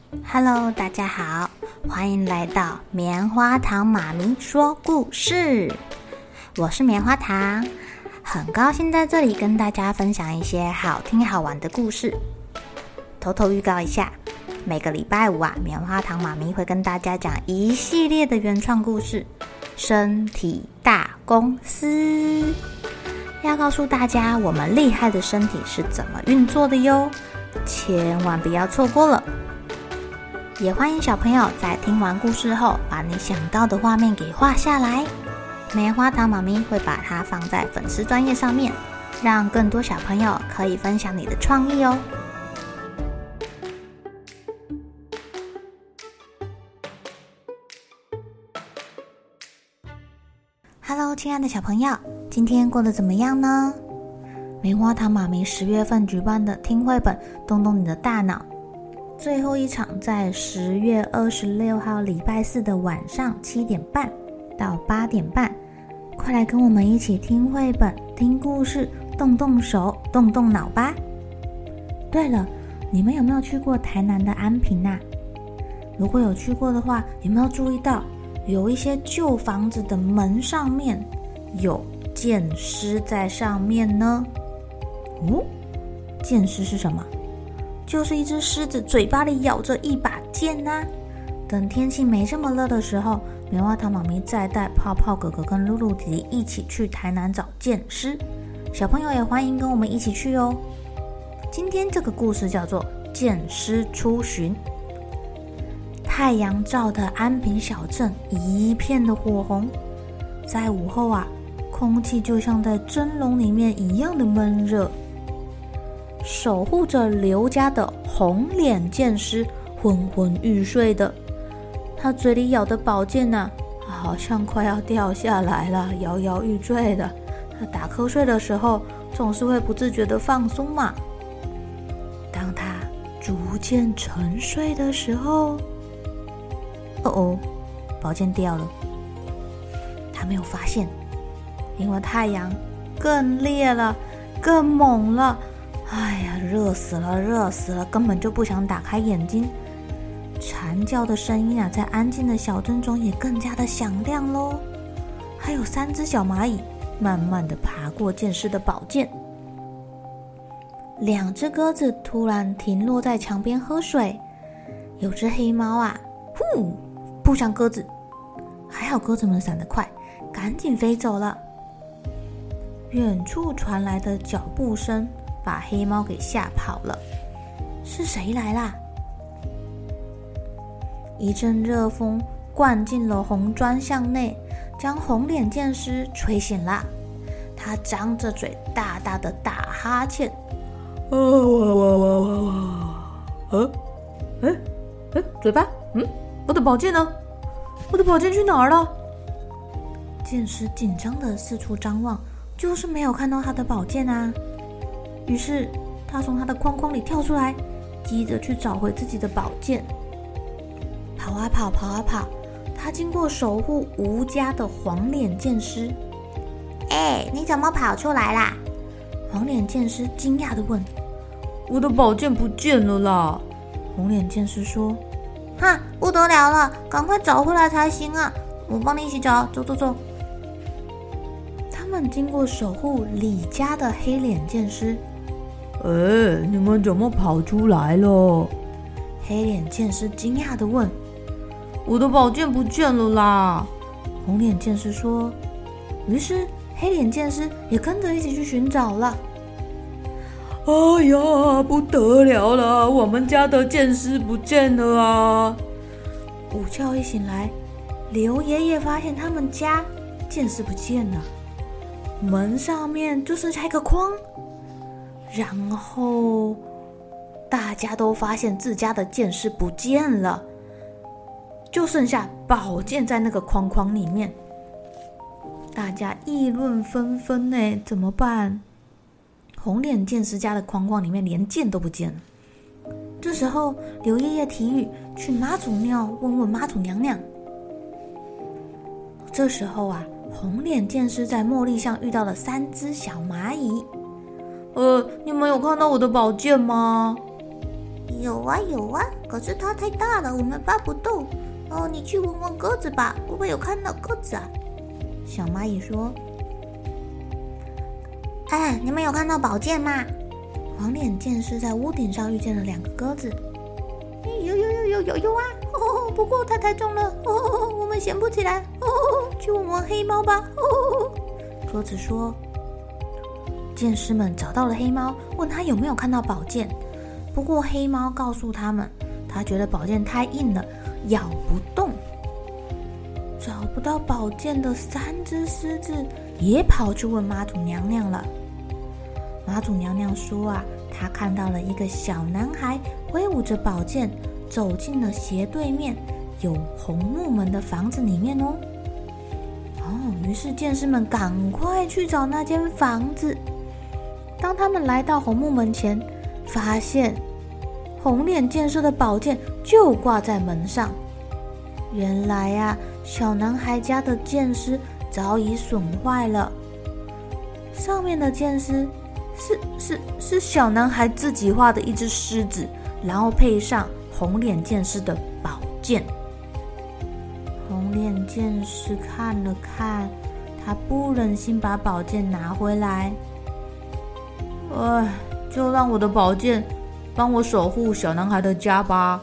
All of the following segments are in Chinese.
Hello， 大家好，欢迎来到棉花糖妈咪说故事。我是棉花糖，很高兴在这里跟大家分享一些好听好玩的故事。偷偷预告一下，每个礼拜五棉花糖妈咪会跟大家讲一系列的原创故事，身体大公司，要告诉大家我们厉害的身体是怎么运作的哟，千万不要错过了。也欢迎小朋友在听完故事后，把你想到的画面给画下来。棉花糖妈咪会把它放在粉丝专页上面，让更多小朋友可以分享你的创意哦。Hello， 亲爱的小朋友，今天过得怎么样呢？棉花糖妈咪10月份举办的听绘本动动你的大脑，最后一场在10月26号礼拜四的晚上7点半到8点半，快来跟我们一起听绘本、听故事，动动手，动动脑吧。对了，你们有没有去过台南的安平啊？如果有去过的话，有没有注意到有一些旧房子的门上面有箭狮在上面呢？箭狮是什么？就是一只狮子嘴巴里咬着一把剑啊。等天气没这么热的时候，棉花糖妈咪再带泡泡哥哥跟露露弟弟一起去台南找剑狮，小朋友也欢迎跟我们一起去哦。今天这个故事叫做剑狮出巡。太阳照的安平小镇一片的火红，在午后空气就像在蒸笼里面一样的闷热。守护着刘家的红脸剑狮昏昏欲睡的，他嘴里咬的宝剑好像快要掉下来了，摇摇欲坠的。他打瞌睡的时候总是会不自觉的放松嘛。当他逐渐沉睡的时候，宝剑掉了。他没有发现，因为太阳更烈了，更猛了。哎呀，热死了，热死了，根本就不想打开眼睛。蝉叫的声音在安静的小镇中也更加的响亮咯。还有3只小蚂蚁慢慢的爬过剑狮的宝剑。2只鸽子突然停落在墙边喝水。有只黑猫扑向鸽子，还好鸽子们闪得快，赶紧飞走了。远处传来的脚步声把黑猫给吓跑了。是谁来啦？一阵热风灌进了红砖巷内，将红脸剑狮吹醒了。他张着嘴大大的打哈欠。嘴巴我的宝剑呢？我的宝剑去哪儿了？剑狮紧张的四处张望，就是没有看到他的宝剑啊。于是他从他的框框里跳出来，急着去找回自己的宝剑。跑啊跑，他经过守护吴家的黄脸剑狮。你怎么跑出来啦？黄脸剑狮惊讶地问。我的宝剑不见了啦。红脸剑狮说。不得了了，赶快找回来才行啊！我帮你一起找，走。他们经过守护李家的黑脸剑狮。你们怎么跑出来了？黑脸剑狮惊讶地问。我的宝剑不见了啦。红脸剑狮说。于是黑脸剑狮也跟着一起去寻找了。哎呀，不得了了，我们家的剑狮不见了啊！午觉一醒来，刘爷爷发现他们家剑狮不见了，门上面就剩下一个框。然后大家都发现自家的剑狮不见了，就剩下宝剑在那个框框里面。大家议论纷纷怎么办？红脸剑狮家的框框里面连剑都不见了。这时候刘爷爷提议去妈祖庙问问妈祖娘娘。这时候红脸剑狮在茉莉巷遇到了3只小蚂蚁。你们有看到我的宝剑吗？ 有啊，可是它太大了，我们搬不动。你去问问鸽子吧，会不会有看到鸽子啊？小蚂蚁说。你们有看到宝剑吗？黄脸剑士在屋顶上遇见了2个鸽子。有啊！不过它太重了，我们捡不起来。去问问黑猫吧。鸽子说。剑士们找到了黑猫，问他有没有看到宝剑。不过黑猫告诉他们，他觉得宝剑太硬了，咬不动。找不到宝剑的3只狮子也跑去问妈祖娘娘了。妈祖娘娘说她看到了一个小男孩挥舞着宝剑走进了斜对面有红木门的房子里面哦。于是剑士们赶快去找那间房子。当他们来到红木门前，发现红脸剑士的宝剑就挂在门上。原来小男孩家的剑狮早已损坏了，上面的剑狮是小男孩自己画的一只狮子，然后配上红脸剑士的宝剑。红脸剑士看了看，他不忍心把宝剑拿回来。就让我的宝剑帮我守护小男孩的家吧。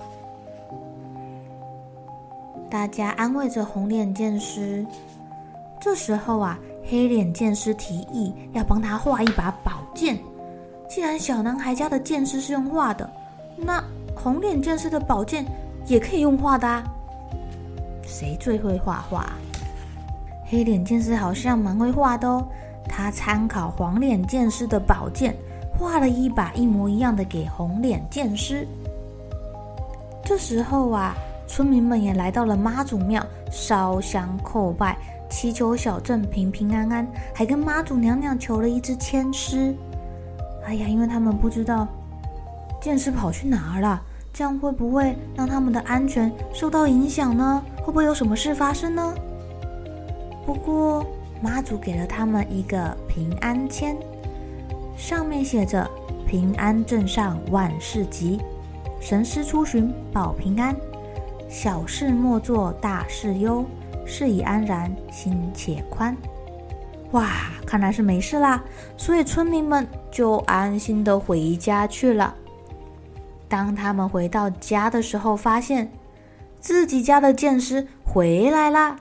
大家安慰着红脸剑士。这时候黑脸剑士提议要帮他画一把宝剑。既然小男孩家的剑士是用画的，那红脸剑士的宝剑也可以用画的谁最会画画？黑脸剑士好像蛮会画的哦。他参考黄脸剑士的宝剑，画了一把一模一样的给红脸剑士。这时候村民们也来到了妈祖庙，烧香叩拜，祈求小镇平平安安，还跟妈祖娘娘求了一只千狮。因为他们不知道剑士跑去哪儿了，这样会不会让他们的安全受到影响呢？会不会有什么事发生呢？不过妈祖给了他们一个平安签，上面写着平安镇上万事吉，神师出巡保平安，小事莫做大事忧，事已安然心且宽。看来是没事啦，所以村民们就安心的回家去了。当他们回到家的时候，发现自己家的剑狮回来啦。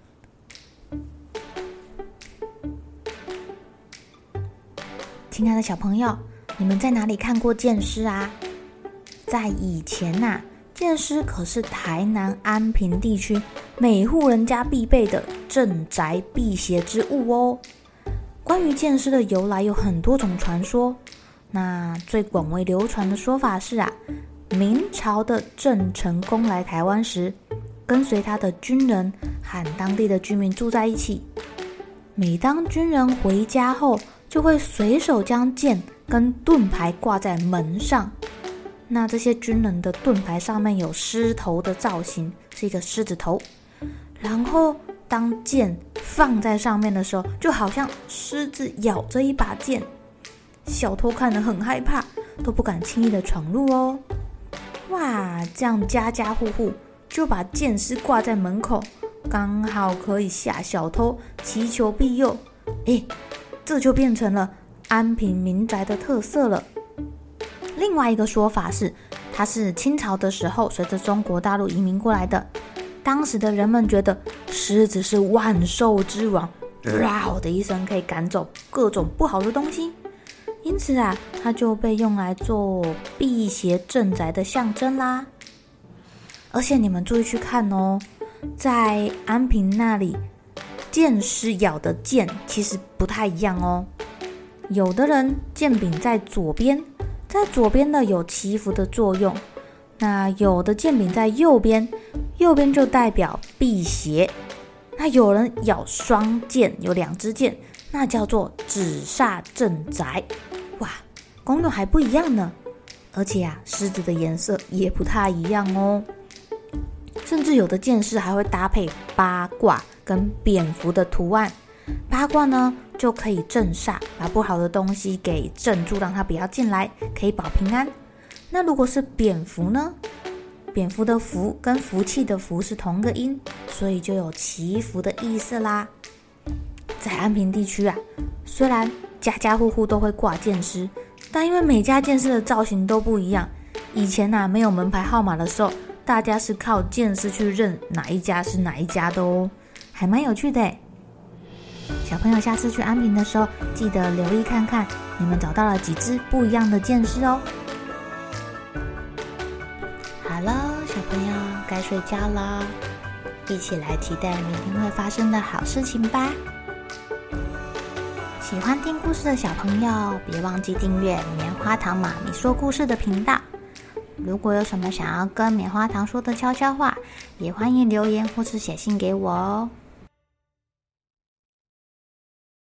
亲爱的小朋友，你们在哪里看过剑狮啊？在以前剑狮可是台南安平地区每户人家必备的镇宅辟邪之物哦。关于剑狮的由来有很多种传说，那最广为流传的说法是明朝的郑成功来台湾时，跟随他的军人和当地的居民住在一起。每当军人回家后，就会随手将剑跟盾牌挂在门上。那这些军人的盾牌上面有狮头的造型，是一个狮子头。然后当剑放在上面的时候，就好像狮子咬着一把剑。小偷看得很害怕，都不敢轻易的闯入哦。这样家家户户就把剑狮挂在门口，刚好可以吓小偷，祈求庇佑。这就变成了安平民宅的特色了。另外一个说法是，它是清朝的时候随着中国大陆移民过来的。当时的人们觉得狮子是万兽之王，嗷的一声可以赶走各种不好的东西，因此它就被用来做辟邪镇宅的象征啦。而且你们注意去看哦，在安平那里，剑狮咬的剑其实不太一样哦。有的人剑柄在左边，在左边的有祈福的作用，那有的剑柄在右边，右边就代表辟邪。那有人咬双剑，有2支剑，那叫做止煞镇宅。功用还不一样呢。而且狮子的颜色也不太一样哦。甚至有的剑狮还会搭配八卦跟蝙蝠的图案。八卦呢就可以镇煞，把不好的东西给镇住，让它不要进来，可以保平安。 那如果是蝙蝠呢？蝙蝠的蝠跟福气的福是同个音，所以就有祈福的意思啦。在安平地区啊，虽然家家户户都会挂剑师，但因为每家剑师的造型都不一样，以前没有门牌号码的时候，大家是靠剑师去认哪一家是哪一家的哦，还蛮有趣的耶。小朋友下次去安平的时候，记得留意看看，你们找到了几只不一样的剑师哦。好了，小朋友该睡觉了，一起来期待明天会发生的好事情吧。喜欢听故事的小朋友，别忘记订阅棉花糖妈咪说故事的频道。如果有什么想要跟棉花糖说的悄悄话，也欢迎留言或是写信给我哦。